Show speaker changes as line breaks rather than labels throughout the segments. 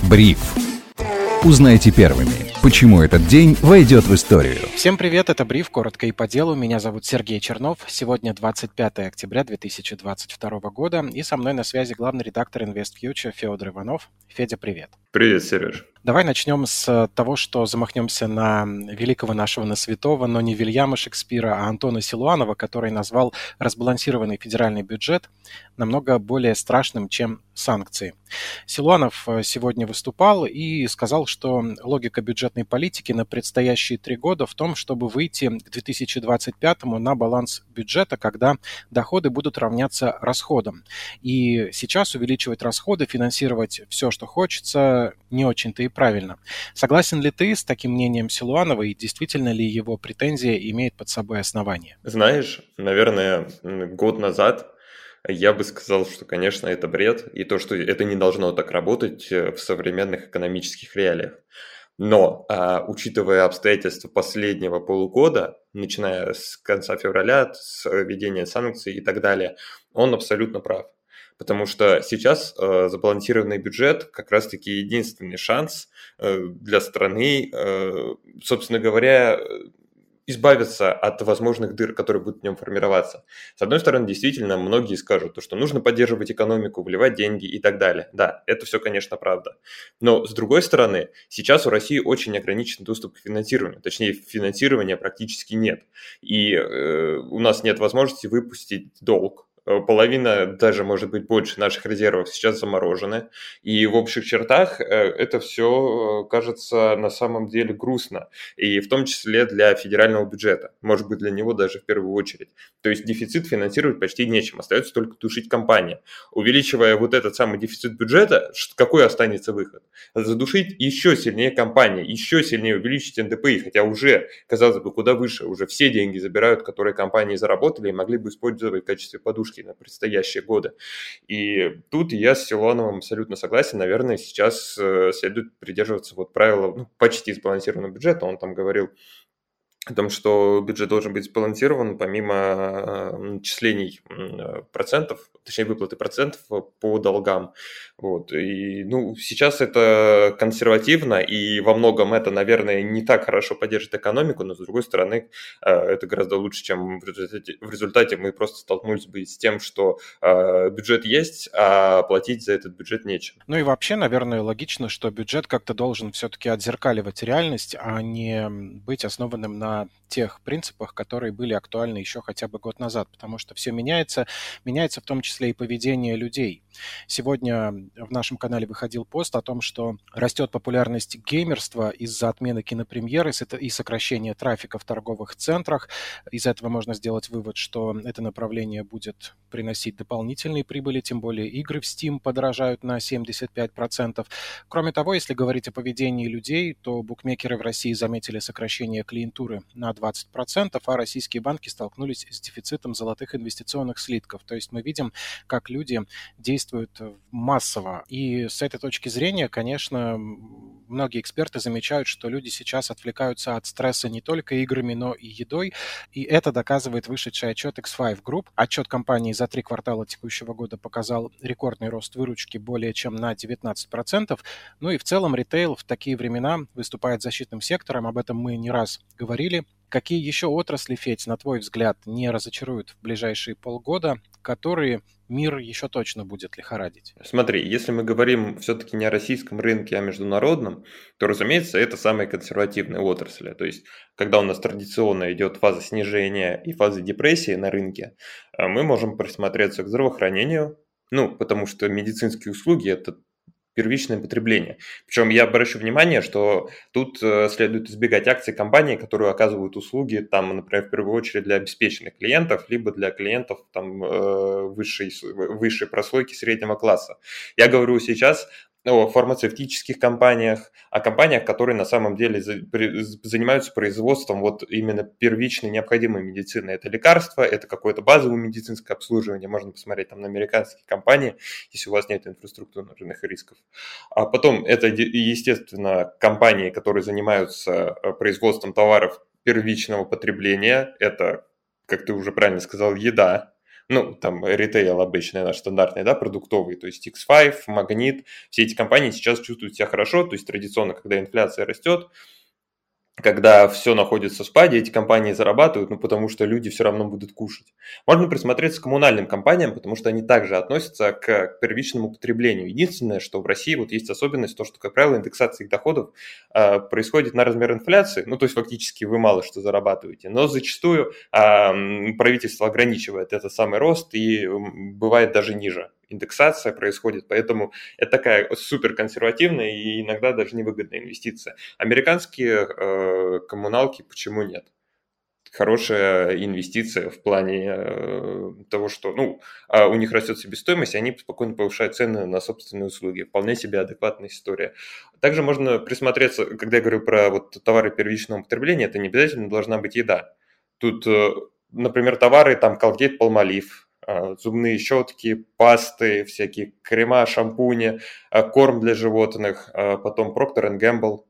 Бриф. Узнайте первыми, почему этот день войдет в историю.
Всем привет, это Бриф, коротко и по делу. Меня зовут Сергей Чернов. Сегодня 25 октября 2022 года, и со мной на связи главный редактор InvestFuture Федор Иванов. Федя, привет.
Привет, Сереж.
Давай начнем с того, что замахнемся на великого нашего, на святого, но не Вильяма Шекспира, а Антона Силуанова, который назвал разбалансированный федеральный бюджет намного более страшным, чем санкции. Силуанов сегодня выступал и сказал, что логика бюджетной политики на предстоящие 3 года в том, чтобы выйти к 2025 на баланс бюджета, когда доходы будут равняться расходам. И сейчас увеличивать расходы, финансировать все, что хочется, не очень-то и правильно. Согласен ли ты с таким мнением Силуанова, и действительно ли его претензия имеет под собой основание?
Знаешь, наверное, год назад я бы сказал, что, конечно, это бред, и то, что это не должно так работать в современных экономических реалиях. Но, учитывая обстоятельства последнего полугода, начиная с конца февраля, с введения санкций и так далее, он абсолютно прав. Потому что сейчас забалансированный бюджет как раз-таки единственный шанс для страны, собственно говоря, избавиться от возможных дыр, которые будут в нем формироваться. С одной стороны, действительно, многие скажут, что нужно поддерживать экономику, вливать деньги и так далее. Да, это все, конечно, правда. Но, с другой стороны, сейчас у России очень ограничен доступ к финансированию. Точнее, финансирования практически нет. И у нас нет возможности выпустить долг. Половина, даже, может быть, больше наших резервов сейчас заморожены. И в общих чертах это все кажется на самом деле грустно. И в том числе для федерального бюджета. Может быть, для него даже в первую очередь. То есть дефицит финансировать почти нечем. Остается только тушить компании. Увеличивая вот этот самый дефицит бюджета, какой останется выход? Задушить еще сильнее компании, еще сильнее увеличить НДПИ. Хотя уже, казалось бы, куда выше. Уже все деньги забирают, которые компании заработали и могли бы использовать в качестве подушки на предстоящие годы. И тут я с Силуановым абсолютно согласен. Наверное, сейчас следует придерживаться правила почти сбалансированного бюджета. Он там говорил о том, что бюджет должен быть сбалансирован помимо начислений процентов, точнее выплаты процентов по долгам. И сейчас это консервативно, и во многом это, наверное, не так хорошо поддержит экономику, но, с другой стороны, это гораздо лучше, чем в результате мы просто столкнулись бы с тем, что бюджет есть, а платить за этот бюджет нечем.
И вообще, наверное, логично, что бюджет как-то должен все-таки отзеркаливать реальность, а не быть основанным на тех принципах, которые были актуальны еще хотя бы год назад, потому что все меняется в том числе и поведение людей. Сегодня в нашем канале выходил пост о том, что растет популярность геймерства из-за отмены кинопремьеры и сокращения трафика в торговых центрах. Из этого можно сделать вывод, что это направление будет приносить дополнительные прибыли, тем более игры в Steam подорожают на 75%. Кроме того, если говорить о поведении людей, то букмекеры в России заметили сокращение клиентуры на 20%, а российские банки столкнулись с дефицитом золотых инвестиционных слитков. То есть мы видим, как люди действуют массово. И с этой точки зрения, конечно, многие эксперты замечают, что люди сейчас отвлекаются от стресса не только играми, но и едой. И это доказывает вышедший отчет X5 Group. Отчет компании за 3 квартала текущего года показал рекордный рост выручки более чем на 19%. И в целом ритейл в такие времена выступает защитным сектором. Об этом мы не раз говорили. Какие еще отрасли, Федь, на твой взгляд, не разочаруют в ближайшие полгода, которые мир еще точно будет лихорадить?
Смотри, если мы говорим все-таки не о российском рынке, а о международном, то, разумеется, это самые консервативные отрасли. То есть, когда у нас традиционно идет фаза снижения и фаза депрессии на рынке, мы можем присмотреться к здравоохранению, потому что медицинские услуги – это первичное потребление. Причем я обращу внимание, что тут следует избегать акций компаний, которые оказывают услуги, например, в первую очередь для обеспеченных клиентов, либо для клиентов высшей прослойки среднего класса. Я говорю сейчас о фармацевтических компаниях, о компаниях, которые на самом деле занимаются производством именно первичной необходимой медицины. Это лекарства, это какое-то базовое медицинское обслуживание. Можно посмотреть на американские компании, если у вас нет инфраструктурных рисков. А потом это, естественно, компании, которые занимаются производством товаров первичного потребления. Это, как ты уже правильно сказал, еда. ну, там, ритейл обычный наш стандартный, да, продуктовый, то есть X5, Магнит, все эти компании сейчас чувствуют себя хорошо, то есть традиционно, когда инфляция растет, когда все находится в спаде, эти компании зарабатывают, ну, потому что люди все равно будут кушать. Можно присмотреться к коммунальным компаниям, потому что они также относятся к первичному потреблению. Единственное, что в России вот есть особенность, то, что, как правило, индексация их доходов происходит на размер инфляции, ну, то есть фактически вы мало что зарабатываете, но зачастую правительство ограничивает этот самый рост и бывает даже ниже. Индексация происходит, поэтому это такая супер консервативная и иногда даже невыгодная инвестиция. Американские коммуналки почему нет? Хорошая инвестиция в плане того, что у них растет себестоимость, и они спокойно повышают цены на собственные услуги. Вполне себе адекватная история. Также можно присмотреться, когда я говорю про вот товары первичного потребления, это не обязательно должна быть еда. Тут, например, товары, там, Colgate, Palmolive, зубные щетки, пасты, всякие крема, шампуни, корм для животных, потом Procter Gamble,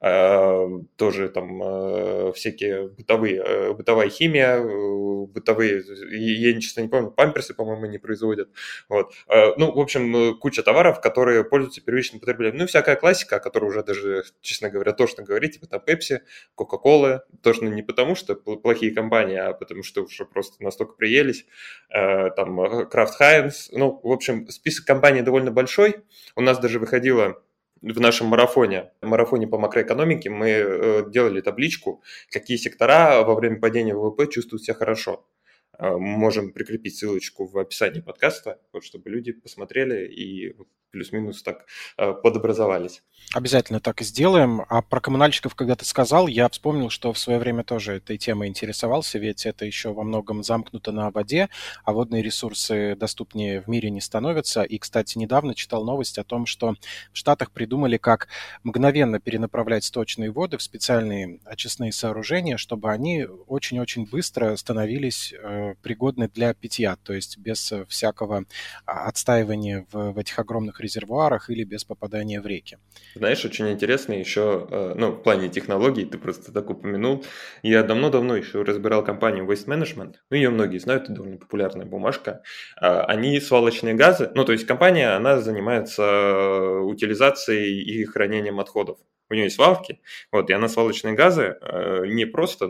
тоже там всякие бытовая химия, бытовые, я, честно, не помню, памперсы, по-моему, не производят. Вот. Ну, в общем, куча товаров, которые пользуются первичным потреблением. Ну, всякая классика, о которой уже даже, честно говоря, тошно говорить, типа там Pepsi, Coca-Cola. Тошно не потому, что плохие компании, а потому что уже просто настолько приелись. Там Kraft Heinz. Ну, в общем, список компаний довольно большой. У нас даже выходило в нашем марафоне по макроэкономике, мы делали табличку, какие сектора во время падения ВВП чувствуют себя хорошо. Можем прикрепить ссылочку в описании подкаста, вот, чтобы люди посмотрели и плюс-минус так подобразовались.
Обязательно так и сделаем. А про коммунальщиков, когда ты сказал, я вспомнил, что в свое время тоже этой темой интересовался, ведь это еще во многом замкнуто на воде, а водные ресурсы доступнее в мире не становятся. И, кстати, недавно читал новость о том, что в Штатах придумали, как мгновенно перенаправлять сточные воды в специальные очистные сооружения, чтобы они очень-очень быстро становились пригодны для питья, то есть без всякого отстаивания в этих огромных резервуарах или без попадания в реки.
Знаешь, очень интересно еще, в плане технологий, ты просто так упомянул, я давно-давно еще разбирал компанию Waste Management, ее многие знают, это довольно популярная бумажка, они свалочные газы, то есть компания, она занимается утилизацией и хранением отходов. У нее есть свалки, и она свалочные газы не просто,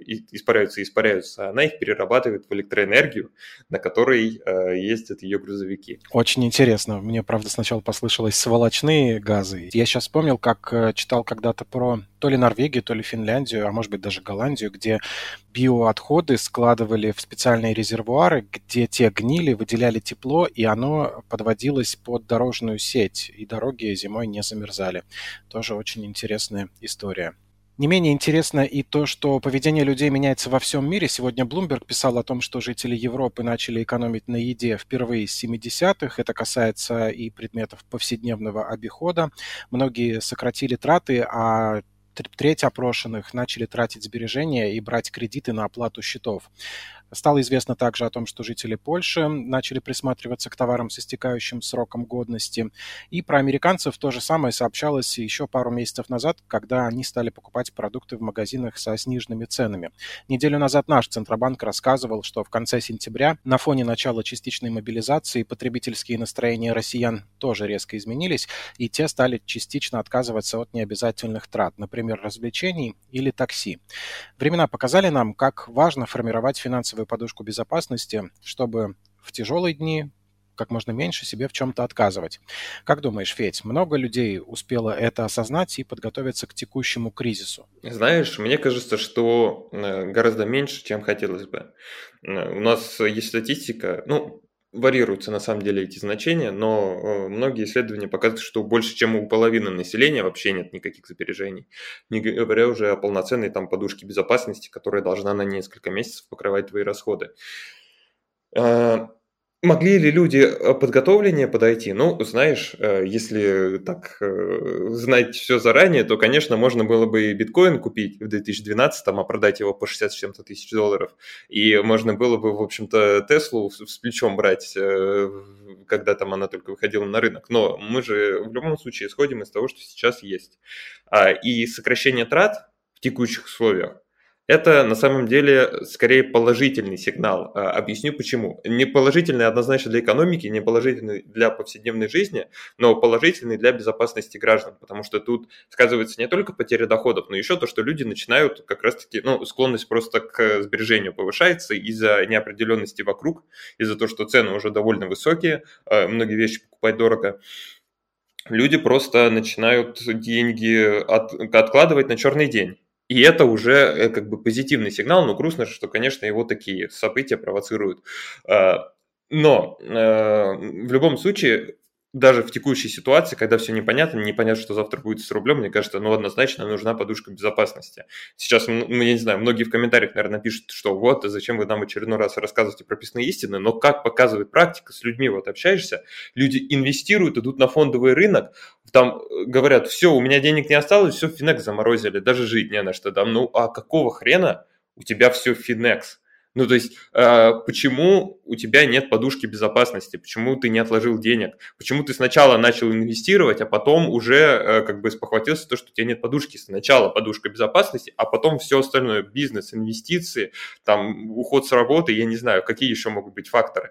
испаряются, она их перерабатывает в электроэнергию, на которой ездят ее грузовики.
Очень интересно. Мне, правда, сначала послышалось сволочные газы. Я сейчас вспомнил, как читал когда-то про то ли Норвегию, то ли Финляндию, а может быть даже Голландию, где биоотходы складывали в специальные резервуары, где те гнили, выделяли тепло, и оно подводилось под дорожную сеть, и дороги зимой не замерзали. Тоже очень интересная история. Не менее интересно и то, что поведение людей меняется во всем мире. Сегодня Bloomberg писал о том, что жители Европы начали экономить на еде впервые с 70-х. Это касается и предметов повседневного обихода. Многие сократили траты, а треть опрошенных начали тратить сбережения и брать кредиты на оплату счетов. Стало известно также о том, что жители Польши начали присматриваться к товарам с истекающим сроком годности. И про американцев то же самое сообщалось еще пару месяцев назад, когда они стали покупать продукты в магазинах со сниженными ценами. Неделю назад наш Центробанк рассказывал, что в конце сентября на фоне начала частичной мобилизации потребительские настроения россиян тоже резко изменились, и те стали частично отказываться от необязательных трат, например, развлечений или такси. Времена показали нам, как важно формировать финансовую подушку безопасности, чтобы в тяжелые дни как можно меньше себе в чем-то отказывать. Как думаешь, Федь, много людей успело это осознать и подготовиться к текущему кризису?
Знаешь, мне кажется, что гораздо меньше, чем хотелось бы. У нас есть статистика, варьируются на самом деле эти значения, но многие исследования показывают, что больше, чем у половины населения вообще нет никаких сбережений. Не говоря уже о полноценной подушке безопасности, которая должна на несколько месяцев покрывать твои расходы. Могли ли люди подготовленнее подойти? Знаешь, если так знать все заранее, то, конечно, можно было бы и биткоин купить в 2012-м, а продать его по 60 с чем-то тысяч долларов. И можно было бы, в общем-то, Теслу с плечом брать, когда там она только выходила на рынок. Но мы же в любом случае исходим из того, что сейчас есть. И сокращение трат в текущих условиях, Это на самом деле скорее положительный сигнал. Объясню почему. Не положительный однозначно для экономики, не положительный для повседневной жизни, но положительный для безопасности граждан, потому что тут сказывается не только потеря доходов, но еще то, что люди начинают как раз-таки, склонность просто к сбережению повышается из-за неопределенности вокруг, из-за того, что цены уже довольно высокие, многие вещи покупать дорого. Люди просто начинают деньги откладывать на черный день. И это уже как бы позитивный сигнал, но грустно, что, конечно, его такие события провоцируют. Но в любом случае, даже в текущей ситуации, когда все непонятно, что завтра будет с рублем, мне кажется, однозначно нужна подушка безопасности. Сейчас, я не знаю, многие в комментариях, наверное, пишут, что вот, зачем вы нам очередной раз рассказываете прописные истины, но как показывает практика, с людьми общаешься, люди инвестируют, идут на фондовый рынок, там говорят, все, у меня денег не осталось, все, Финекс заморозили, даже жить не на что. Там, а какого хрена у тебя все Финекс? То есть, почему у тебя нет подушки безопасности? Почему ты не отложил денег? Почему ты сначала начал инвестировать, а потом уже как бы спохватился то, что у тебя нет подушки? Сначала подушка безопасности, а потом все остальное. Бизнес, инвестиции, там, уход с работы, я не знаю, какие еще могут быть факторы.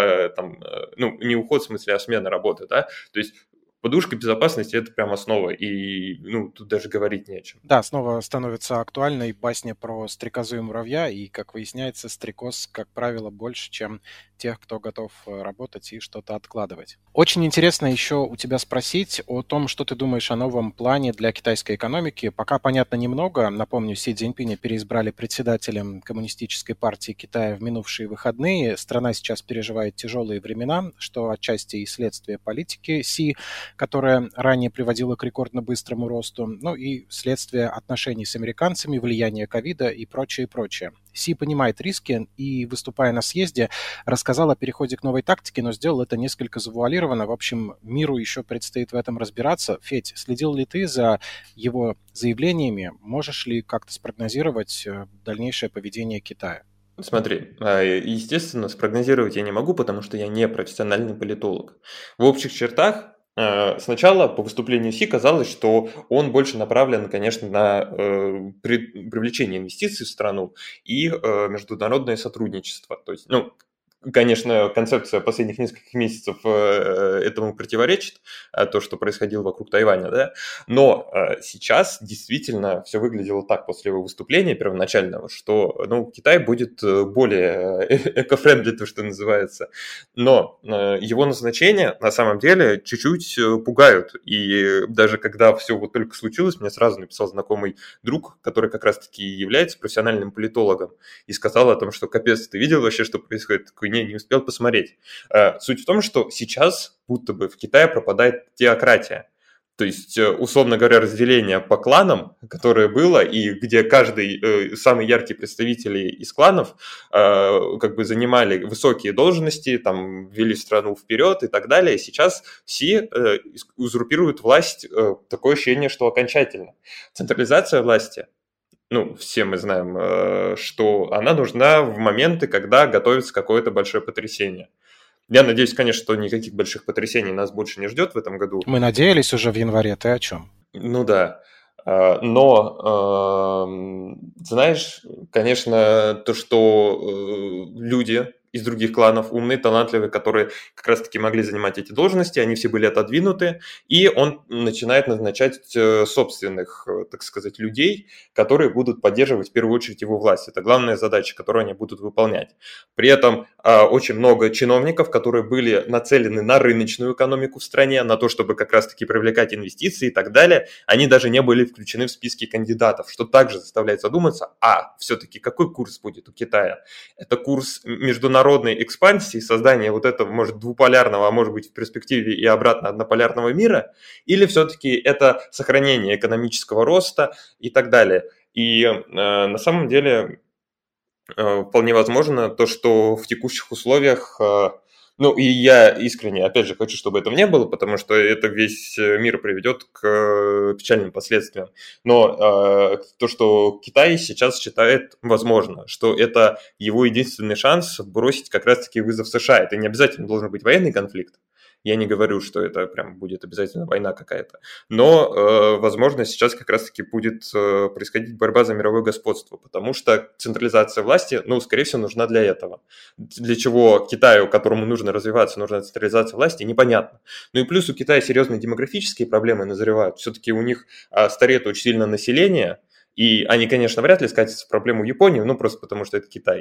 Не уход в смысле, а смена работы, да? То есть, подушка безопасности – это прям основа, и тут даже говорить не о чем.
Да, снова становится актуальной басня про стрекозу и муравья, и, как выясняется, стрекоз, как правило, больше, чем тех, кто готов работать и что-то откладывать. Очень интересно еще у тебя спросить о том, что ты думаешь о новом плане для китайской экономики. Пока понятно немного. Напомню, Си Цзиньпиня переизбрали председателем Коммунистической партии Китая в минувшие выходные. Страна сейчас переживает тяжелые времена, что отчасти и следствие политики Си, которая ранее приводила к рекордно быстрому росту, и следствие отношений с американцами, влияние ковида и прочее, прочее. Си понимает риски и, выступая на съезде, рассказал о переходе к новой тактике, но сделал это несколько завуалированно. В общем, миру еще предстоит в этом разбираться. Федь, следил ли ты за его заявлениями? Можешь ли как-то спрогнозировать дальнейшее поведение Китая?
Смотри, естественно, спрогнозировать я не могу, потому что я не профессиональный политолог. В общих чертах сначала по выступлению Си казалось, что он больше направлен, конечно, на привлечение инвестиций в страну и международное сотрудничество. То есть, конечно, концепция последних нескольких месяцев этому противоречит, то, что происходило вокруг Тайваня, да, но сейчас действительно все выглядело так после его выступления первоначального, что, Китай будет более эко-френдли, то, что называется, но его назначения на самом деле чуть-чуть пугают, и даже когда все вот только случилось, мне сразу написал знакомый друг, который как раз-таки является профессиональным политологом, и сказал о том, что капец, ты видел вообще, что происходит? Такой, не успел посмотреть. Суть в том, что сейчас будто бы в Китае пропадает теократия. То есть, условно говоря, разделение по кланам, которое было, и где каждый, самые яркие представители из кланов как бы занимали высокие должности, там, вели страну вперед и так далее. Сейчас Си узурпирует власть, такое ощущение, что окончательно. Централизация власти, все мы знаем, что она нужна в моменты, когда готовится какое-то большое потрясение. Я надеюсь, конечно, что никаких больших потрясений нас больше не ждет в этом году.
Мы надеялись уже в январе, ты о чем?
Да. Но, знаешь, конечно, то, что люди из других кланов, умные, талантливые, которые как раз-таки могли занимать эти должности, они все были отодвинуты, и он начинает назначать собственных, так сказать, людей, которые будут поддерживать в первую очередь его власть. Это главная задача, которую они будут выполнять. При этом очень много чиновников, которые были нацелены на рыночную экономику в стране, на то, чтобы как раз-таки привлекать инвестиции и так далее, они даже не были включены в списки кандидатов, что также заставляет задуматься, все-таки какой курс будет у Китая? Это курс международной экспансии, создания вот этого, может, двуполярного, а может быть в перспективе и обратно однополярного мира, или все-таки это сохранение экономического роста и так далее. И на самом деле вполне возможно то, что в текущих условиях, и я искренне, опять же, хочу, чтобы этого не было, потому что это весь мир приведет к печальным последствиям. Но то, что Китай сейчас считает возможно, что это его единственный шанс бросить как раз-таки вызов США. Это не обязательно должен быть военный конфликт. Я не говорю, что это прям будет обязательно война какая-то. Но, возможно, сейчас как раз-таки будет происходить борьба за мировое господство, потому что централизация власти, скорее всего, нужна для этого. Для чего Китаю, которому нужно развиваться, нужна централизация власти, непонятно. Ну и плюс у Китая серьезные демографические проблемы назревают. Все-таки у них стареет очень сильно население, и они, конечно, вряд ли скатятся в проблему Японии, просто потому что это Китай.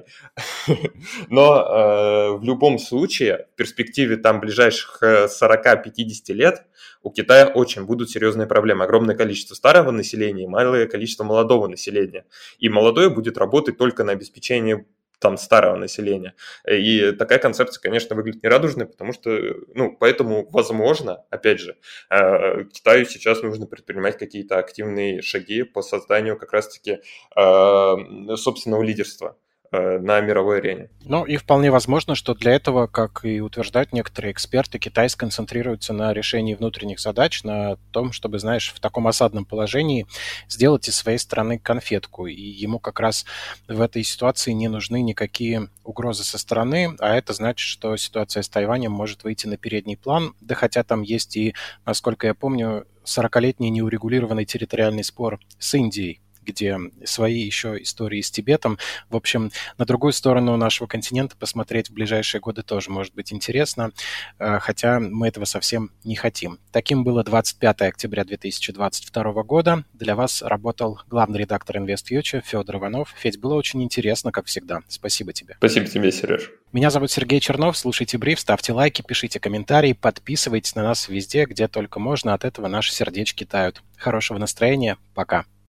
Но в любом случае, в перспективе там ближайших 40-50 лет у Китая очень будут серьезные проблемы. Огромное количество старого населения и малое количество молодого населения. И молодое будет работать только на обеспечение там старого населения. И такая концепция, конечно, выглядит нерадужной, потому что, поэтому, возможно, опять же, Китаю сейчас нужно предпринимать какие-то активные шаги по созданию как раз-таки собственного лидерства на мировой арене.
И вполне возможно, что для этого, как и утверждают некоторые эксперты, Китай сконцентрируется на решении внутренних задач, на том, чтобы, в таком осадном положении сделать из своей страны конфетку. И ему как раз в этой ситуации не нужны никакие угрозы со стороны, а это значит, что ситуация с Тайванем может выйти на передний план, да хотя там есть и, насколько я помню, 40-летний неурегулированный территориальный спор с Индией, где свои еще истории с Тибетом. В общем, на другую сторону нашего континента посмотреть в ближайшие годы тоже может быть интересно, хотя мы этого совсем не хотим. Таким было 25 октября 2022 года. Для вас работал главный редактор InvestFuture Федор Иванов. Федь, было очень интересно, как всегда. Спасибо тебе.
Спасибо тебе, Сереж.
Меня зовут Сергей Чернов. Слушайте Бриф, ставьте лайки, пишите комментарии, подписывайтесь на нас везде, где только можно. От этого наши сердечки тают. Хорошего настроения. Пока.